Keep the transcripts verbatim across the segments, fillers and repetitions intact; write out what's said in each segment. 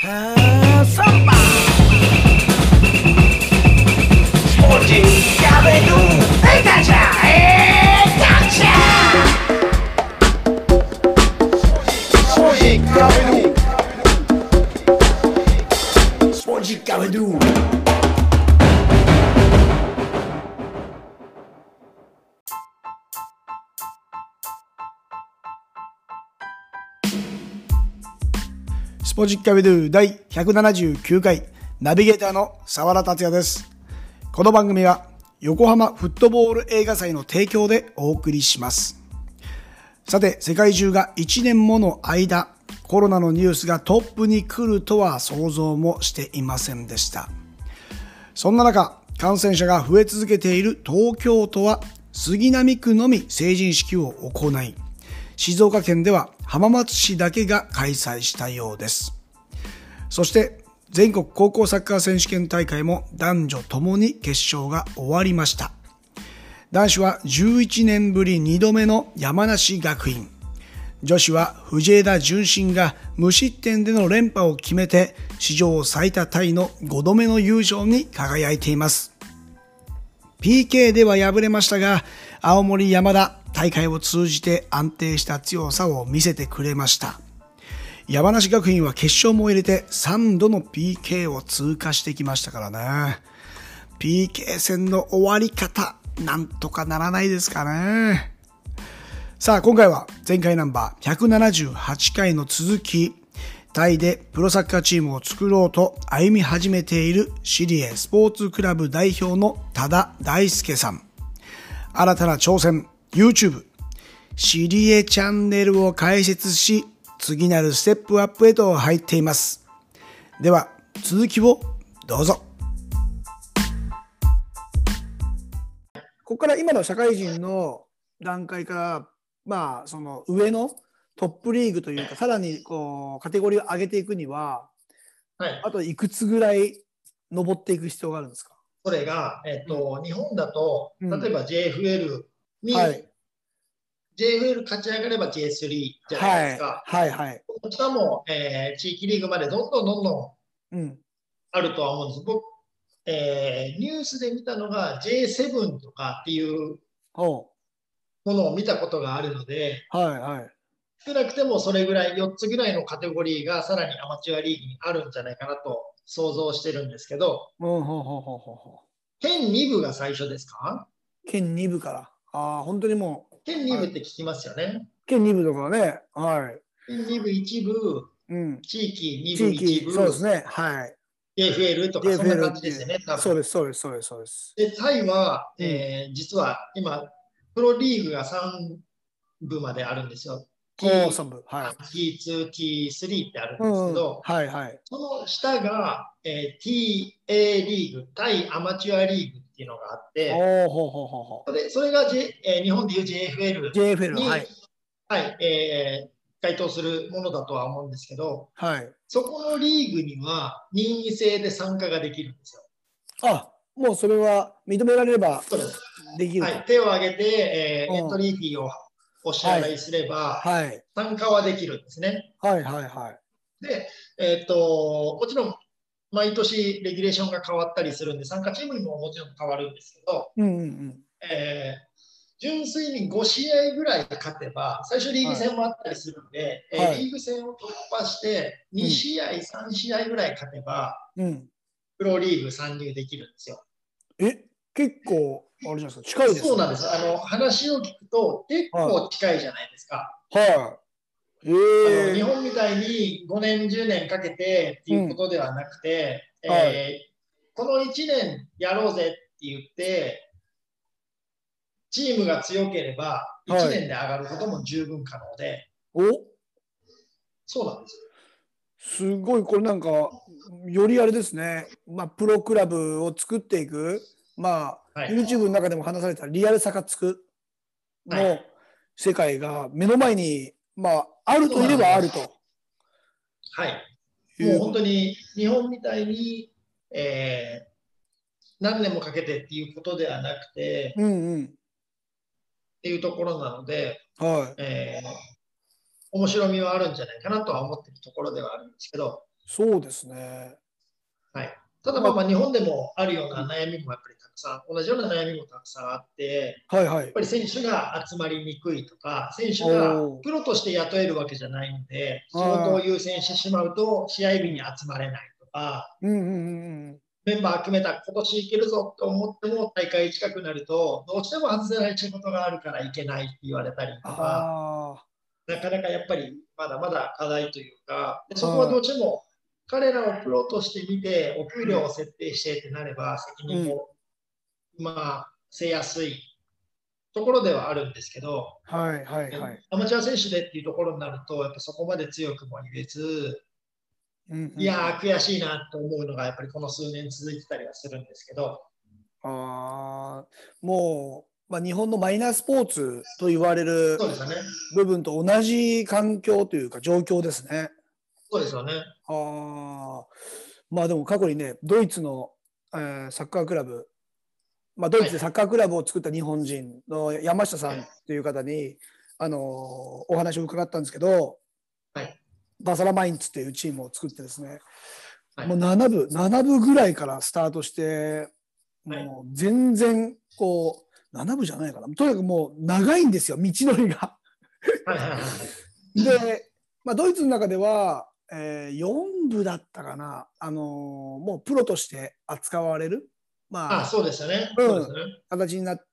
Ah, samba! Sporty Avenue! Hey, gotcha! Hey, gotcha! Sporty Avenue! Sporty Avenue! スポジックアベドゥ第ひゃくななじゅうきゅうかいナビゲーターの澤田達也です。この番組は横浜フットボール映画祭の提供でお送りします。さて、世界中がいちねんもの間コロナのニュースがトップに来るとは想像もしていませんでした。そんな中、感染者が増え続けている東京都は杉並区のみ成人式を行い、静岡県では浜松市だけが開催したようです。そして全国高校サッカー選手権大会も男女ともに決勝が終わりました。男子はじゅういちねんぶりにどめの山梨学院、女子は藤枝順心が無失点での連覇を決めて史上最多タイのごどめの優勝に輝いています。 ピーケー では敗れましたが、青森山田大会を通じて安定した強さを見せてくれました。山梨学院は決勝も入れてさんどの ピーケー を通過してきましたからね。 ピーケー 戦の終わり方なんとかならないですかね。さあ、今回は前回ナンバーひゃくななじゅうはちかいの続き、タイでプロサッカーチームを作ろうと歩み始めているシリエスポーツクラブ代表の多田大輔さん、新たな挑戦 YouTube シリエチャンネルを開設し、次なるステップアップへと入っています。では続きをどうぞ。ここから今の社会人の段階から、まあその上のトップリーグというか、さらにこうカテゴリーを上げていくには、はい、あといくつぐらい上っていく必要があるんですか？ それが、えっとうん、日本だと、例えば ジェイエフエル に、うん、はい、ジェイエフエル 勝ち上がれば ジェイスリー じゃないですか。 はいはいはい。 こちらも、えー、地域リーグまでどんどんどんどんあるとは思うんです。僕、えー、ニュースで見たのが ジェイセブン とかっていうものを見たことがあるので、 はいはい、 少なくてもそれぐらいよっつぐらいのカテゴリーがさらにアマチュアリーグにあるんじゃないかなと想像してるんですけど、県に部が最初ですか？ 県に部から。ああ、本当にもう。 県に部って聞きますよね。 県に部とかね。はい。 県に部いち部、うん、地域に部いち部。 そうですね。はい。 ジェイエフエル とかそんな感じですよね。多分そうです、そうです、そうです、そうです。 で、タイは、うん、えー、実は今、プロリーグがさん部まであるんですよ。ティーツー、はい、ティースリー ってあるんですけど、 うん、はいはい、 その下が、えー、ティーエー リーグ、タイアマチュアリーグっていうのがあって、 おほほほほ、 それそれが、J えー、日本でいう ジェイエフエル に、 ジェイエフエル、はい、 はい、えー、該当するものだとは思うんですけど、 はい、 そこのリーグには任意制で参加ができるんですよ。 あ、もうそれは認められればできると。 はい、手を挙げて、えー、エントリーフィーをお支払いすれば、はいはい、参加はできるんですね。 はいはいはい。 で、えー、っと、もちろん毎年レギュレーションが変わったりするんで、参加チームにももちろん変わるんですけど、うんうんうん、えー、純粋にごしあいぐらい勝てば、最初リーグ戦もあったりするんで、はい、えー、リーグ戦を突破してにしあい、うん、さんしあいぐらい勝てば、うん、プロリーグ参入できるんですよ。 え、結構あれじゃないですか、近いですね。 そうなんです。あの話を聞くと結構近いじゃないですか。 はい。はい、えー、 あの日本みたいにごねんじゅうねんかけてっていうことではなくて、うん、えーはい、このいちねんやろうぜって言ってチームが強ければいちねんで上がることも十分可能で、 はい、おそうなんですよ。 すごい、これなんかよりあれですね、まあ、プロクラブを作っていく、まあ、はい、YouTube の中でも話されたリアルサカツクの世界が目の前に、まあ、あるといればあると。 はい。もう本当に日本みたいに、えー、何年もかけてっていうことではなくて、うんうん、っていうところなので、はい、えー、面白みはあるんじゃないかなとは思っているところではあるんですけど、 そうですね。 はい。ただまあまあ日本でもあるような悩みもやっぱりたくさん、同じような悩みもたくさんあって、 はいはい。 やっぱり選手が集まりにくいとか、選手がおお。 プロとして雇えるわけじゃないので、仕事をはい。 優先してしまうと、試合日にうん。 集まれないとか、 うんうんうんうん。 メンバー決めた、今年いけるぞと思っても、大会近くなると、どうしても外せない仕事があるからいけないって言われたりとか、 あなかなかやっぱりまだまだ課題というか、であ。 そこはどはうしても彼らをプロとして見て、お給い。うん。 料を設定してってなれば、責うん。 任もまあ、せやすいところではあるんですけど、 はいはいはい。 アマチュア選手でっていうところになると、やっぱそこまで強くも言えず、 うんうんいやー、 うん。 悔しいなと思うのが、やっぱりこの数年続いてたりはするんですけど、 ああ。もう、まあ、日本のマイナースポーツと言われるそうですよね。 部分と同じ環境というか状況ですね。 そうですよね。 ああ。まあでも過去にね、ドイツの、えーサッカークラブ、まあ、ドイはい。 ツでサッカークラブを作った日本人の山下さんという方に、あのーお話を伺ったんですけど、 はい。 バサラマインツっていうチームを作ってですね、もうはい。 なな部、なな部ぐらいからスタートして、 はい。 もう全然こう、なな部じゃないかな。とにかくもう長いんですよ、道のりが。 はい。はい。はい。 で、まあ、ドイツの中では、えー、よん部だったかな、あのーもうプロとして扱われる、 あ、 まあ、 そうですよね。そうでうん、 すね。 形になって、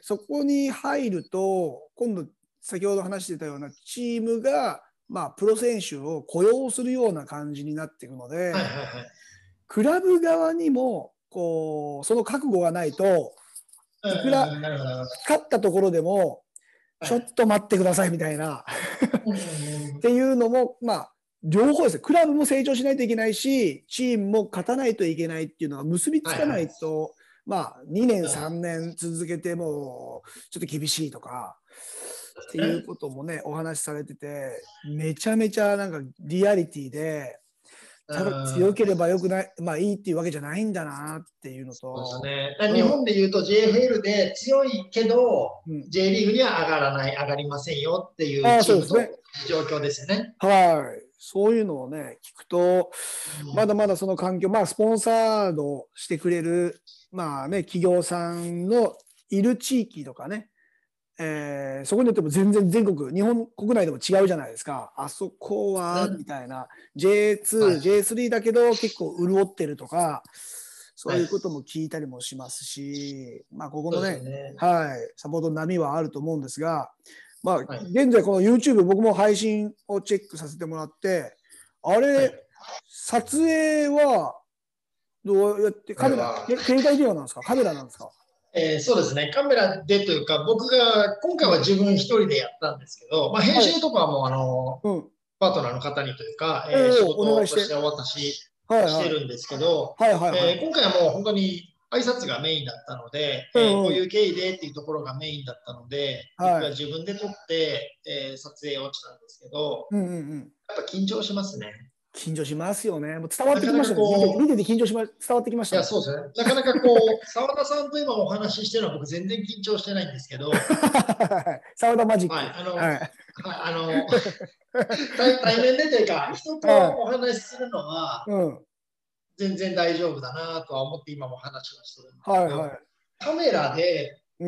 そこに入ると、今度、先ほど話してたようなチームが、まあ、プロ選手を雇用するような感じになっていくのはい。 で、 はい。はい。 クラブ側にも、こう、その覚悟がないと、 うん。 いくらうん。なるほど。なるほど。 勝ったところでも、ちょっはい。 と待ってくださいみたいなうん。うん。うん。 っていうのも、まあ、両方ですね。クラブも成長しないといけないし、チームも勝たないといけないっていうのが結びつかなはい。はい。 いと、まあ、にねん、3 うん。 年続けても、ちょっと厳しいとか、っていうね。 こともね、お話しされてて、めちゃめちゃなんかリアリティで、 うただ強けん。 ればよくない、まあいいっていうわけじゃないんだなっていうのそうですよと、 ね。日うん、 本で言うと ジェイエフエル で強いけど、 うん。 J リーグには上がらない、上がりませんよっていうああ、 チームとそうですね。 状況ですよね。 はい。そういうのをね、聞くと、まだうん、 まだその環境、まあ、スポンサードしてくれる、まあね、企業さんのいる地域とかね、えーそこによっても全然全国、日本国内でも違うじゃないですか。あそこは、 ね。 みたいな、ジェイツー、 はい。 ジェイスリー だけど結構潤ってるとか、そはい。 ういうことも聞いたりもしますし、まあ、ここそうですよのね、 ね。 はい、サポートの波はあると思うんですが、まあ、 はい。 現在この YouTube 僕も配信をチェックさせてもらって、あれ、 はい。 撮影はどうやってカメラ、 これは、 け携帯電話なんですか？カメラなんですか？ えーそうですね。カメラでというか、僕が、今回うん。 は自分一人でやったんですけど、まあ、編はい。 集とかはもう、あの、 うん。 パートナーの方にというか、 おえー仕お、お願いして。 事としてお渡しはいはい。 してるんですけど、 はいはいはいはい。 えー今回はもう本当に挨拶がメインだったので、えーこううんうん。 いう経緯でっていうところがメインだったので、僕がはい。 自分で撮って、えー撮影をしたんですけど、 うんうんうん。 やっぱ緊張しますね。 緊張しますよね。もう伝わっなかなかてきましたね。見て、見こう、 てて緊張しま、伝わってきましいや、 たもん。 そうですね。なかなかこう、澤田さんと今お話ししてるのは僕全然緊張してないんですけど、 サウダーマジッはい、 ク。 あの、はい、 はい。 あの、対対面でというか、人とはい。 お話しするのはうん。 全然大丈夫だなとは思って今も話はしてるんですけど、 はいはい。 カメラでうん。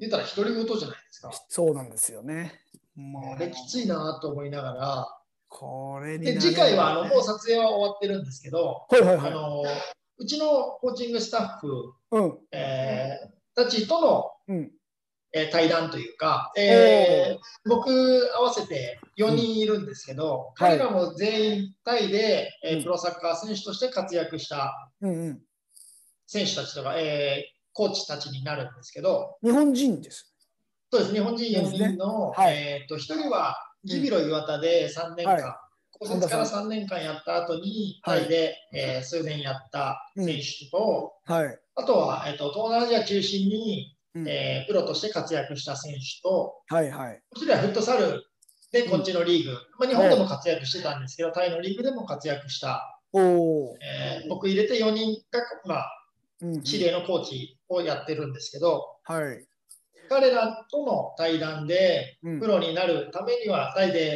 言ったら独り言じゃないですか。 そうなんですよね。 あれきつもう、 いなと思いながら、 これにで、 慣れ次回はあのもうるのはね。 撮影は終わってるんですけど、 はいはいはい。 あの、うちのコーチングスタッフ、 うん。 えーたちとの、 うん。 えー対談というか、 おえーお。 僕合わせて4 うん。 人いるんですけど、 はい。 彼らも全員タイで、えープうん。 ロサッカー選手として活躍したうんうん。 選手たちとか、えーコーチたちになるんですけど、 日本人です。 そうです。日本人4 ですね。 人の、 はい。 えっと、ひとりはうん。 ジュビロ磐田で3年間、 はい。 高卒から本田さん。 さんねんかんやった後に、 はい。 タイで、えー数年やった選うん。 手と、 はい。 あとは、えっと、東南アジア中心に、 うん。 えープロとして活躍した選手と、 はいはい。 こちらはフットサルでこっうん。 ちのリーグ、まあ、日本でもお活躍してたんですけど、タイのリーグでも活躍した、 お。おお。 えー僕入れてよにんが、まあ、 うんうん。 指令のコーチをやってるんですけど、 はい。 彼らとの対談で、 うん。 プロになるためには、タイで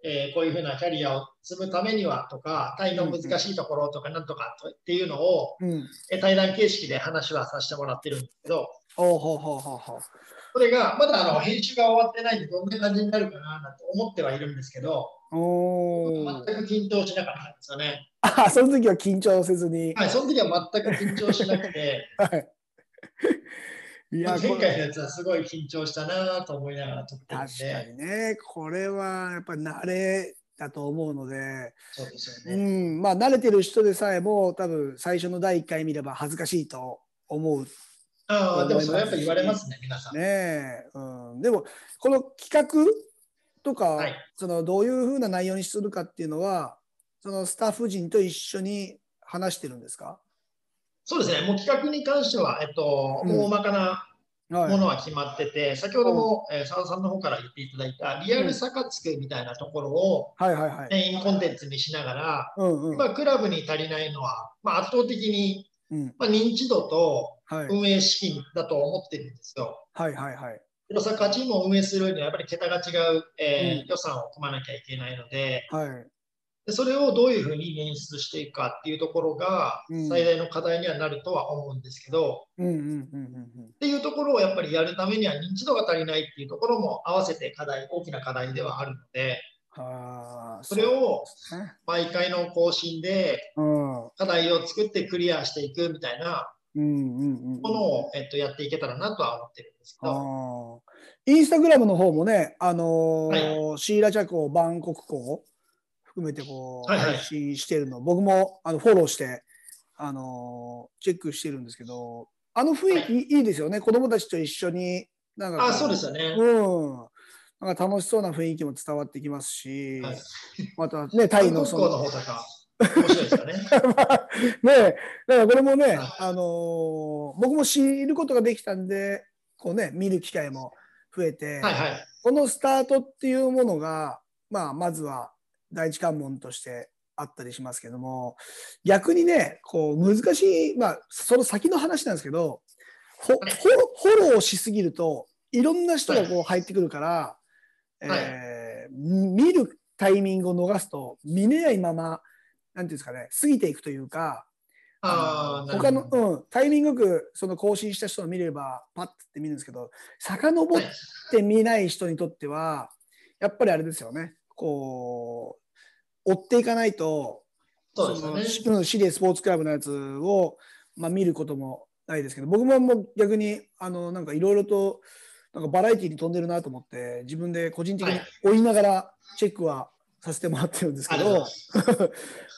えー、こういうふうなキャリアを積むためにはとか、タイの難しいところとかなんとかっていうのを、うん、え対談形式で話はさせてもらってるんですけど、 おほほほほこれがまだあの編集が終わってないんで、どんな感じになるかなと思ってはいるんですけど、 お全く緊張しなかったんですよね。 あ、その時は緊張せずに。 はい、その時は全く緊張しなくて、はいいや前回のやつはすごい緊張したなと思いながら撮ってるんで。 確かにね、これはやっぱり慣れだと思うので、 そうですよね。 うん、まあ慣れてる人でさえも多分最初のだいいっかい見れば恥ずかしいと思う。 ああ、でもそれやっぱ言われますね、皆さん。 ねえ、うん、でもこの企画とか、はい、そのどういうふうな内容にするかっていうのは、そのスタッフ陣と一緒に話してるんですか？ そうですね、もう企画に関しては、えっと、うん、大まかなものは決まってて、はい、先ほども澤、えー、さんの方から言っていただいたリアルサカツクみたいなところをメインコンテンツにしながら、うんうん、今クラブに足りないのは、まあ、圧倒的に、うんまあ、認知度と運営資金だと思ってるんですよ。 はいはいはい。 プロサッカーチームを運営するにはやっぱり桁が違う、えーうん、予算を組まなきゃいけないので、はいでそれをどういうふうに捻出していくかっていうところが最大の課題にはなるとは思うんですけど、っていうところをやっぱりやるためには認知度が足りないっていうところも合わせて課題、大きな課題ではあるので、それを毎回の更新で課題を作ってクリアしていくみたいなものを、えっと、やっていけたらなとは思ってるんですけど。 インスタグラムの方もね、あのーはい、シーラチャコ、バンコク港含めてこう配信してるの、はいはい、僕もあのフォローして、あのー、チェックしてるんですけど、あの雰囲気いいですよね、はい、子供たちと一緒になんかあそうですよね、 うん、なんか楽しそうな雰囲気も伝わってきますし、はい、またねタイのそのの方とか面白いですよね。 ねだからこれもね、はい、あのー、僕も知ることができたんでこうね見る機会も増えて、はいはい、このスタートっていうものが、まあ、まずは第一関門としてあったりしますけども、逆にねこう難しい、まあ、その先の話なんですけど、フォ、フォローしすぎるといろんな人がこう入ってくるから、はいえー、見るタイミングを逃すと見れないままなんていうんですかね過ぎていくというか、あの他の、うん、タイミングよくその更新した人を見ればパッて見るんですけど、遡って見ない人にとってはやっぱりあれですよね、こう追っていかないと、 そうですね、 そのシリエスポーツクラブのやつを、まあ、見ることもないですけど、僕ももう逆にあのなんかいろいろとなんかバラエティーに飛んでるなと思って自分で個人的に追いながらチェックはさせてもらってるんですけど、はい、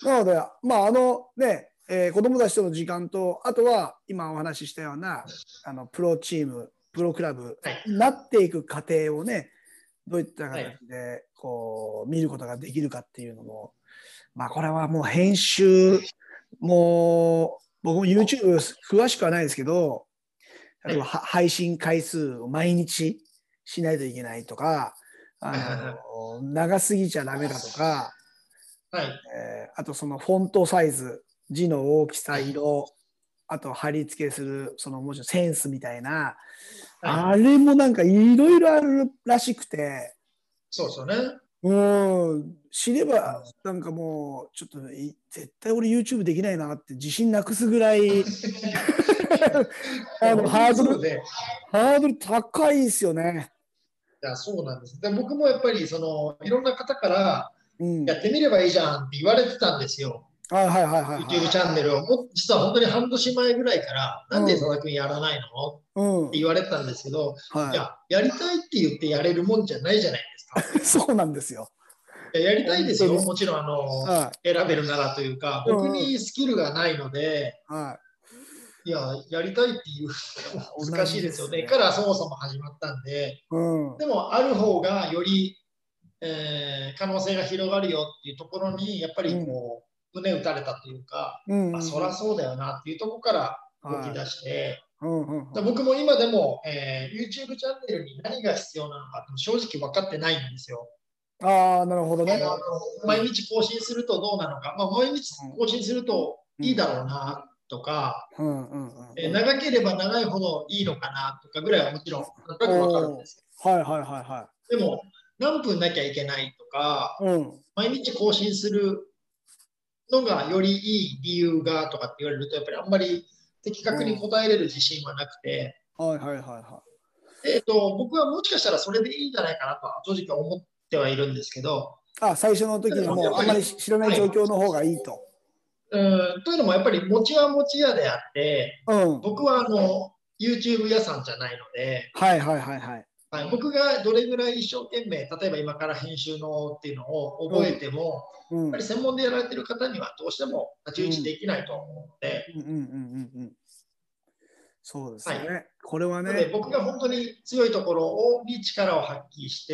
なのでまああのね、えー、子供たちとの時間と、あとは今お話ししたようなあのプロチームプロクラブになっていく過程をね、どういった形でこう見ることができるかっていうのも、まあこれはもう編集も僕も YouTube 詳しくはないですけど、例えば配信回数を毎日しないといけないとか、あの長すぎちゃダメだとか、はいえー、あとそのフォントサイズ、字の大きさ、色、あと貼り付けするそのもちろんセンスみたいな、あれもなんかいろいろあるらしくて、 そうですよね。 うん、知ればなんかもうちょっと絶対俺 YouTube できないなって自信なくすぐらいあのハードルでハードル高いですよね。 いやそうなんです。で僕もやっぱりそのいろんな方からやってみればいいじゃんって言われてたんですよ。 はいはいはいはい、はい、 YouTube チャンネルを実は本当に半年前ぐらいから、うん、なんで佐々木君やらないの、うん、って言われてたんですけど、はい、いややりたいって言ってやれるもんじゃないじゃないですか。そうなんですよ。 いや、やりたいですよ、もちろんあの、はい、選べるならというか、僕にスキルがないので、はい、いややりたいっていう難しいですよね。からそもそも始まったんで、うん、でもある方がより、えー、可能性が広がるよっていうところにやっぱりこう、うん、胸打たれたというか、うんうん、あそりゃそうだよなっていうところから動き出して、はいうんうん、僕も今でも、えー、YouTube チャンネルに何が必要なのかって正直分かってないんですよ。 ああ、なるほどね。 毎日更新するとどうなのか、まあ、毎日更新するといいだろうなとか、長ければ長いほどいいのかなとかぐらいはもちろん、なんとなく分かるんですよ。はいはいはいはい。 でも、 何分なきゃいけないとか、 うん、 毎日更新するのがよりいい理由がとかって言われると、やっぱりあんまり的確に答えれる自信はなくて、 うん、はいはいはいはえっと、僕はもしかしたらそれでいいんじゃないかなとは正直思ってはいるんですけど、 い。あ、最初の時にはもうあんまり知らない状況の方がいいと。 うん、というのもやっぱり持ちは持ち屋であって、 うん。 僕はあの YouTube 屋さんじゃないので、 はいはいはいはい。 はい、僕がどれぐらい一生懸命、例えば今から編集のっていうのを覚えても、やっうん。 ぱり専門でやられてる方にはどうしても太刀打ちうん。 できないと思うので、 うんうんうんうんうん。そうですはい。 ね。これはなのでね。 僕が本当に強いところをに力を発揮して、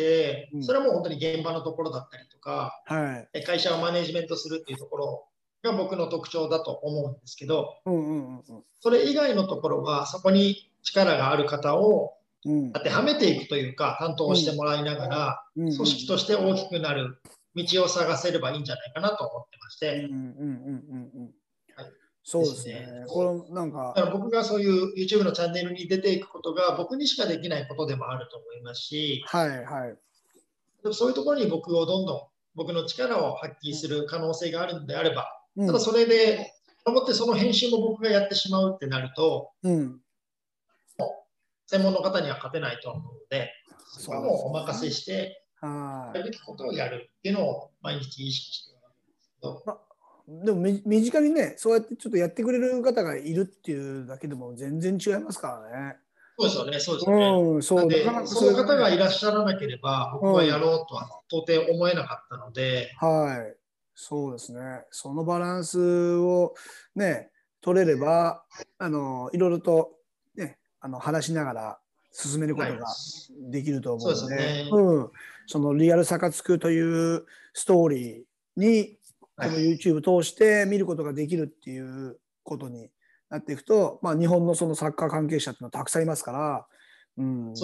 うん。 それはもう本当に現場のところだったりとか、 はい。 会社をマネジメントするっていうところが僕の特徴だと思うんですけど、 うんうんうんうん。 それ以外のところはそこに力がある方をうん。 当てはめていくというか、担当してもらいながら、 うんうんうん。 組織として大きくなる道を探せればいいんじゃないかなと思ってましうんうんて、 うんうんうん。 はい、でそうですね。 すね。 これなんか、 だから僕がそういう YouTube のチャンネルに出ていくことが僕にしかできないことでもあると思いますし、 はいはい。 そういうところに僕をどんどん僕の力を発揮する可能性があるのであれば、 うん。 ただそれで、思ってその編集も僕がやってしまうってなると、 うん。 専門の方には勝てないと思うので、そこはもうお任せして、 はい。 やるべきことをやるっていうのを毎日意識しているんですけど。 あ、でもめ身近にね、そうやってちょっとやってくれる方がいるっていうだけでも全然違いますからね。 そうですよね、そうですよね。 うん、そう、なかなんで、 なかその方がそれがね。 いらっしゃらなければ、僕はうん。 やろうとは到底思えなかったので、 はい。そうですね。そのバランスをね、取れれば、あの、いろいろとね、あの、話しながら進めるこはい。 とができるとそうです思うんで、 よね。 うん。そのリアルサカツクというストーリーに、このはい。 YouTube 通して見ることができるっていうことになっていくと、まあ、日本のそのサッカー関係者っていうのはたくさんいますから、うん、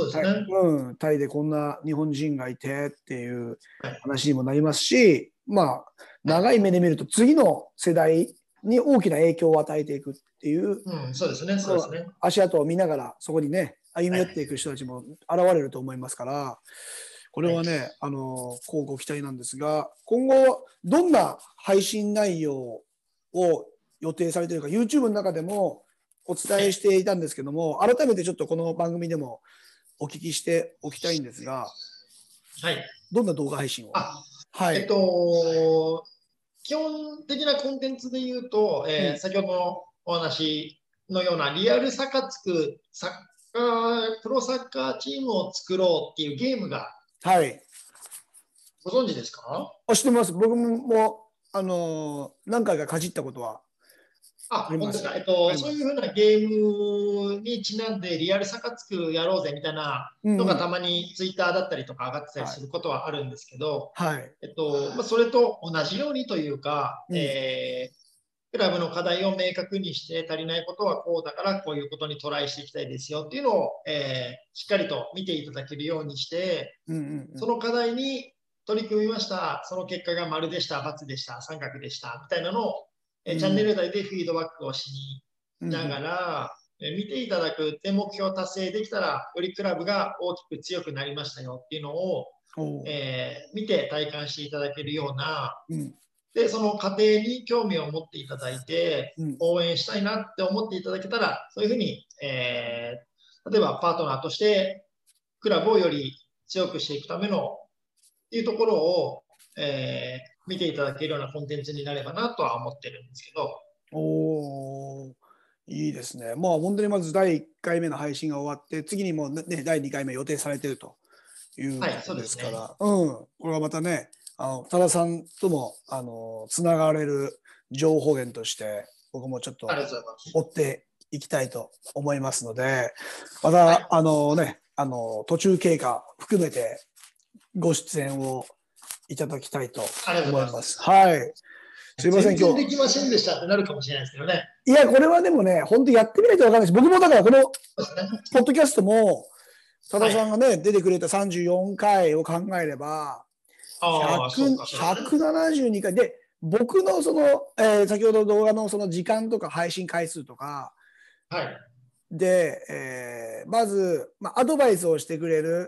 タイ、 そうですね。 うん、タイでこんな日本人がいてっていうはい。 話にもなりますし、まあ、 はい。 長い目で見ると次の世代に大きな影響を与えていくっていう、 うん、そうですね、そうですね。 足跡を見ながらそこにね、歩みはい。 寄っていく人たちも現れると思いますから、これはい。 はね、あの、こうご期待なんですが、今後、どんな配信内容を予定されているか、YouTube の中でもお伝えしていたんですけども、改めてちょっとこの番組でもお聞きしておきたいんですが、 はい。 どんな動画配信を。 あ、えっはい。 と、基本的なコンテンツで言うと、えーうん。 先ほどのお話のようなリアルサカツクサッカー、プロサッカーチームを作ろうっていうゲームがはい。 ご存知ですか？ あ、知ってます。僕も、あのー何回かかじったことはああ、 ります。 本当ですか。えっと、そういうあります。 ふうなゲームにちなんでリアルサカツクやろうぜみたいなうんうん。 のがたまにツイッターだったりとか上がってたりはい。 することはあるんですけど、 はい。 えっと、まあ、それと同じようにというか、 うん。 えークラブの課題を明確にして足りないことはこうだからこういうことにトライしていきたいですよっていうのを、えーしっかりと見ていただけるようにして、 うんうんうん。 その課題に取り組みました。その結果が丸でした、×でした、三角でした、みたいなのを、えーチャンネうん。 ル内でフィードバックをしうんうん。 ながら、えー見ていただく、で目標達成できたら、よりクラブが大きく強くなりましたよっていうのを、 おー。 えー見て体感していただけるような、 うん。 で、その過程に興味を持っていただいて、 うん。 応援したいなって思っていただけたら、そういうふうに、えー例えばパートナーとして、クラブをより強くしていくためのっていうところを、えー見ていただけるようなコンテンツになればなとは思ってるんですけど。 おー。いいですね。まあ本当にまずだいいっかいめの配信が終わって、次にもね、だいにかいめ予定されているというはい、 ことでそうですね。 すから、うん。これはまたね、あの、多田さんとも、あの、つながれる情報源として、僕もちょっとありがとうございます。 追っていきたいと思いますので、まはい。 た、あのね、あの、途中経過含めてご出演をいただきたいとありがとうございます。 思います。はい。すいません、今日。 全然できませんでしたってなるかもしれないですけどね。 いや、これはでもね、本当やってみないとわかんないし、僕もだからこのそうですね。 ポッドキャストも、多田はい。 さんがね、出てくれたさんじゅうよんかいを考えれば、 ああ、そう 100、 か、そうですね。 ひゃくななじゅうにかいで、僕のその、えー先ほど動画のその時間とか配信回数とかはい。 で、えーまず、まあ、アドバイスをしてくれる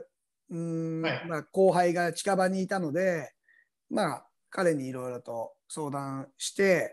うん、 はい、 まあ、後輩が近場にいたので、まあ、彼にいろいろと相談して、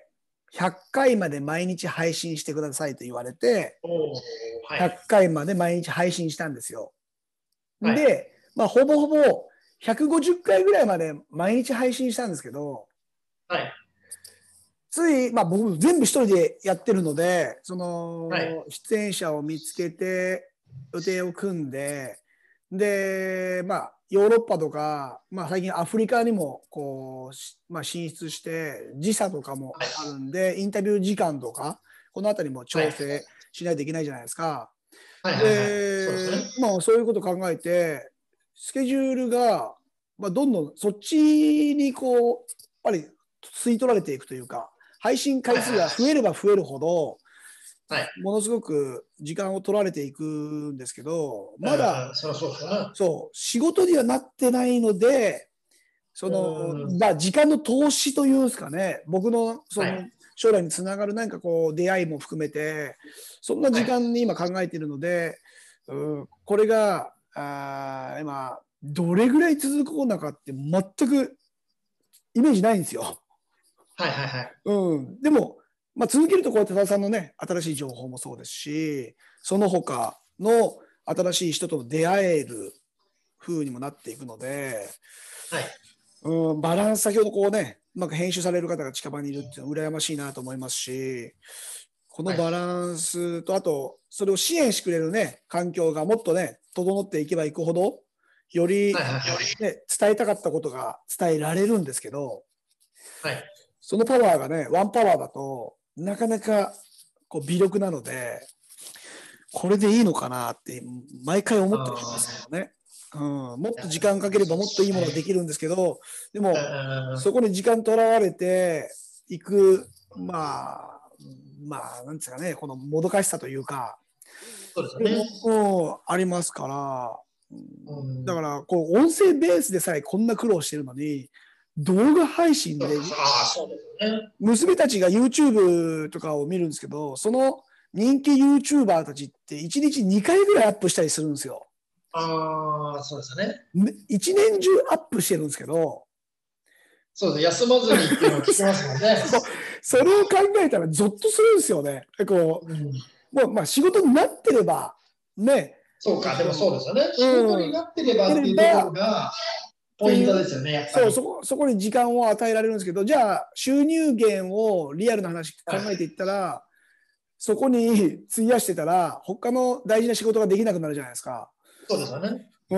ひゃっかいまで毎日配信してくださいと言われて、 はい、 ひゃっかいまで毎日配信したんですよ。 はい、 で、まあ、ほぼほぼひゃくごじゅっかいぐらいまで毎日配信したんですけど、 はい、 つい、まあ、僕全部一人でやってるので、そはい、 の出演者を見つけて予定を組んで、で、まあ、ヨーロッパとか、まあ、最近アフリカにもこう、まあ、進出して時差とかもあるんで、インタビュー時間とかこのあたりも調整しないといけないじゃないですか。 はい、はい、はい、そうですで、 ね。 まあ、そういうことを考えてスケジュールが、まあ、どんどんそっちにこうやっぱり吸い取られていくというか、配信はい、 回数が増えれば増えるほど、 はい、 ものすごく時間を取られていくんですけど、まだうん、そりゃそうですよね。 そう仕事にはなってないので、その、 うん、 まあ、時間の投資というんですかね、僕のそのはい、 将来につながる何かこう出会いも含めて、そんなはい、 時間に今考えているので、うん、これがあ今どれぐらい続くのかって全くイメージないんですよ。 はい、はい、はい。 うん、でも、まあ、続けるとこうやって多田さんのね新しい情報もそうですし、その他の新しい人と出会える風にもなっていくので、 はい、 うん、バランス、先ほどこうねうまく編集される方が近場にいるっていうのは羨ましいなと思いますし、このはい、 バランスとあとそれを支援してくれるね環境がもっとね整っていけばいくほどより、 はい、はい、はい、 ね、伝えたかったことが伝えられるんですけど、 はい。 そのパワーがねワンパワーだとなかなかこう微力なので、これでいいのかなって毎回思ったりしますけあどね。うん、もっあ、 と時間かければそうでもっといいものがですね。 きるんですけど、でもうんそこに時間とらわれていく、まあまあなんですかね、このもどかしさというか、 そうですよいうのね。 もありますから、 うん、 だからこう音声ベースでさえこんな苦労してるのに、動画配信でああ、そうですよね。 娘たちが YouTube とかを見るんですけど、その人気 YouTuber たちっていちにちにかいぐらいアップしたりするんですよ。 ああ、そうですよね。 一年中アップしてるんですけど、 そうです。休まずにっていうのを聞きますもんね。 そうそれを考えたらゾッとするんですよね。こうん、 うもうまあ仕事になってればね、 そうか、でもそうですよね。仕事うん、 になってればてっていうところればがポインっていう、 トですよね、やっぱそう、 り。 そこ、そこに時間を与えられるんですけど、じゃあ収入源をリアルな話考はい。 えていったら、そこに費やしてたら、他の大事な仕事ができなくなるじゃないですか。 そうですよね。 うん。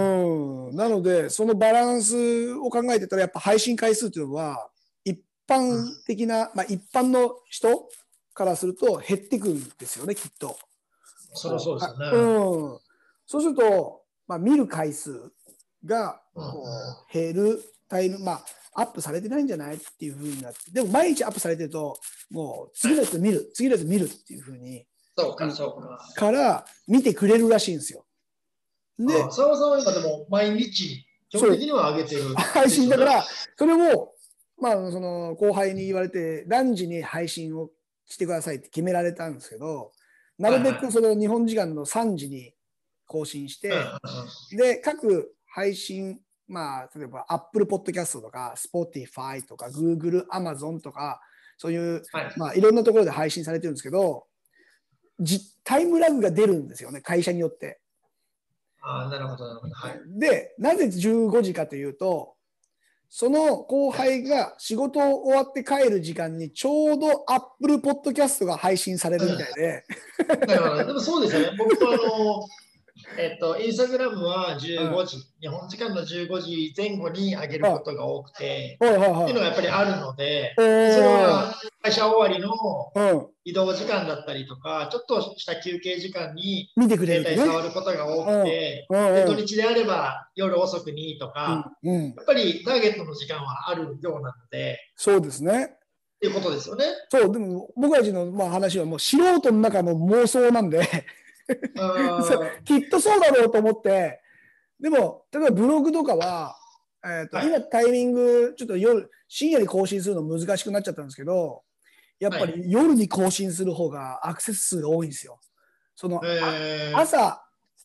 なので、そのバランスを考えてたら、やっぱ配信回数というのは、一うん、 般的な、まあ一般の人からすると減ってくるんですよね、きっと。 そりゃそうですよね。 うん。そうすると、まあ見る回数がうん、 こう減るタイム、まあアップされてないんじゃないっていうふうになって、でも毎日アップされてると、もう次のやつ見る、次のやつ見るっていうふうに、 そうか、そうか。 から見てくれるらしいんですよ。 ああ、 で、 澤さんは今でも毎日、基本そう、 的には上げてる配ですよね。 信だから、それを、まあ、その後輩に言われて、何時に配信をしてくださいって決められたんですけど、なるべはいはい。 くその日本時間のさんじに更新しうんうて、 んで、各配信、まあ、例えば Apple Podcast とか Spotify とか Google、Amazon とか、そういう、 はい。 まあ、いろんなところで配信されてるんですけど、じタイムラグが出るんですよね、会社によって。 ああ、なるほど、なるほど。はい。 で、なぜじゅうごじかというと、その後輩が仕事終わって帰る時間にちょうど Apple Podcast が配信されるみたいで、 なるほど。でもそうですよね。僕もあの、えっと、インスタグラムはうん、 じゅうごじ、日本時間のじゅうごじぜん後に上げるこあ、 とが多くて、 はいはいっていうのはい。 がやっぱりあるので、でそれおー、 は会社終わりのうん、 移動時間だったりとか、ちょっとした休憩時間に見てくれる携帯ってね。 触ることが多うん、 くて、で、 うん、うん、 土日であれば夜遅くにとうん、 か、 うん。 やっぱりターゲットの時間はあるようなので、 そうですね。 っていうことですよね。 そう、でも僕たちのまあ話はもう素人の中の妄想なんであきっとそうだろうと思って、でも、例えばブログとかは、えーと、 はい、 今タイミング、ちょっと夜、深夜に更新するの難しくなっちゃったんですけど、やっはい。 ぱり夜に更新する方がアクセス数が多いんですよ。そのあえー、 朝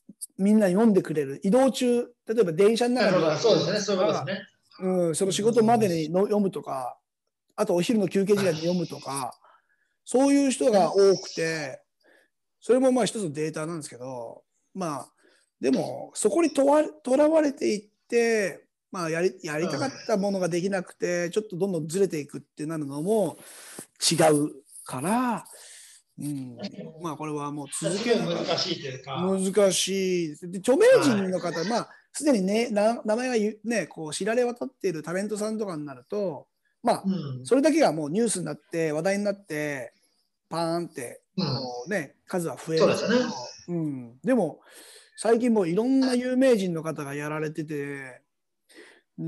みんな読んでくれる。移動中、例えば電車の中で。 そうですね、そういうことですね。 うん、その仕事までにの読むとか、あとお昼の休憩時間に読むとか、そういう人が多くて、それもまあ一つのデータなんですけど、まあ、でも、そこにとわとらわれていって、まあやり、やりたかったものができなくて、ちょっとどんどんずれていくってなるのも違うから、うん、まあこれはもう続ける難しいというか。 難しい。で、著名人の方、はい、まあ、すでにね、な名前がね、こう知られ渡っているタレントさんとかになると、まあ、うん、それだけがもうニュースになって、話題になって、パーンって、こうね、うん、数は増えるんですけど、 そうですね。 うん。でも、最近もういろんな有名人の方がやられてて、うん、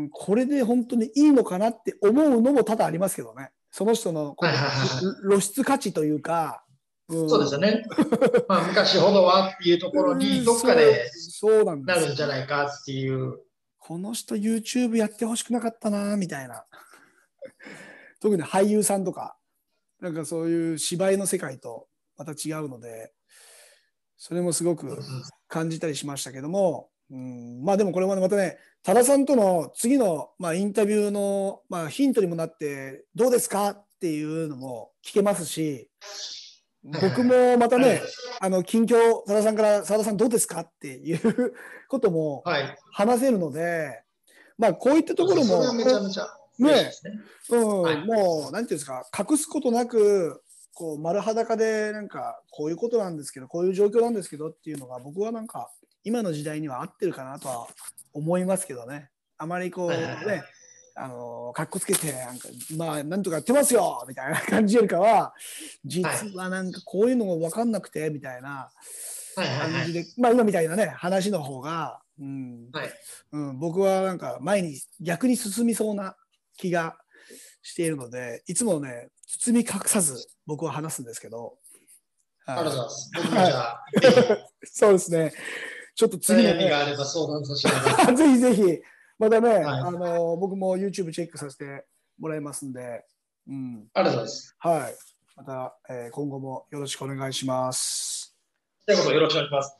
これで本当にいいのかなって思うのも多々ありますけどね。その人のこう露出価値というか、 うん、そうですよね。まあ昔ほどはっていうところにどっかでなるんじゃないかっていう。 この人 YouTube やってほしくなかったなみたいな。特に俳優さんとか、なんかそういう芝居の世界とまた違うので、それもすごく感じたりしましたけども、うん、まあでもこれもまたね、多田さんとの次の、まあ、インタビューの、まあ、ヒントにもなって、どうですかっていうのも聞けますし、僕もまたね、あの近況、多田さんから澤田さんどうですかっていうことも話せるので、まあこういったところも、 めちゃめちゃね、うん、はい、もうなんていうんですか、隠すことなく、こう丸裸でなんかこういうことなんですけど、こういう状況なんですけどっていうのが僕はなんか今の時代には合ってるかなとは思いますけどね。あまりこうね、あのかっこつけてなんかまあなんとかやってますよみたいな感じよりかは、実はなんかこういうのが分かんなくてみたいな感じで、まあ今みたいなね話の方が、うんはいうん、僕はなんか前に逆に進みそうな気がしているので、いつもね包み隠さず僕は話すんですけど。 ありがとうございます。僕もじゃあ、 そうですね。ちょっと次の、 ね、悩みがあれば相談させてください。 ぜひぜひ、またね、はい、あの僕も YouTube チェックさせてもらいますんで、うん、 ありがとうございます。 はい。また、えー、今後もよろしくお願いします。 ということでよろしくお願いします。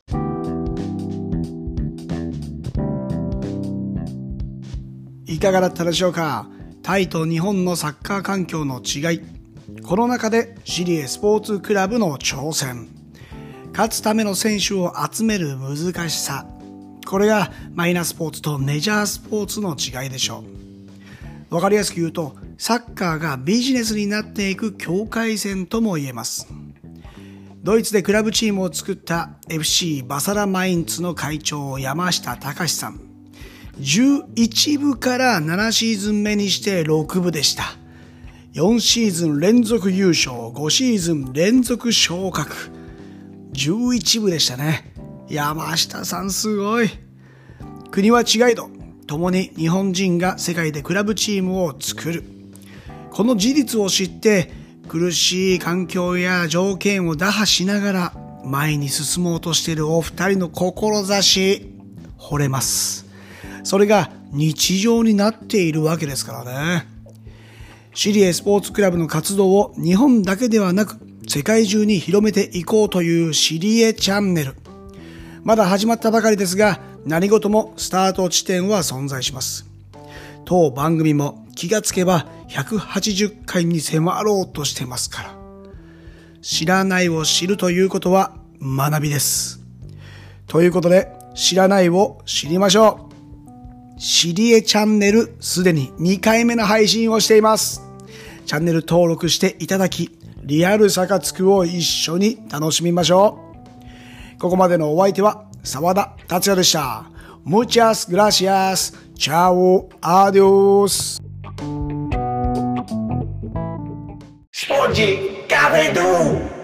いかがだったでしょうか。タイと日本のサッカー環境の違い、コロナ禍でシリエスポーツクラブの挑戦、勝つための選手を集める難しさ、これがマイナースポーツとメジャースポーツの違いでしょう。わかりやすく言うと、サッカーがビジネスになっていく境界線とも言えます。ドイツでクラブチームを作った エフシー バサラマインツの会長山下隆さん、じゅういち部からななシーズン目にしてろく部でした。よんシーズン連続優勝、ごシーズン連続昇格、じゅういち部でしたね。山下さんすごい。国は違いど、共に日本人が世界でクラブチームを作る。この事実を知って、苦しい環境や条件を打破しながら前に進もうとしているお二人の志、惚れます。それが日常になっているわけですからね。シリエスポーツクラブの活動を日本だけではなく世界中に広めていこうというシリエチャンネル。まだ始まったばかりですが、何事もスタート地点は存在します。当番組も気がつけばひゃくはちじゅっかいに迫ろうとしてますから。知らないを知るということは学びです。ということで、知らないを知りましょう。シリエチャンネルすでににかいめの配信をしています。チャンネル登録していただき、リアルサカツクを一緒に楽しみましょう。ここまでのお相手は澤田達也でした。Muchas gracias. Chao. Adios. Sport Cafe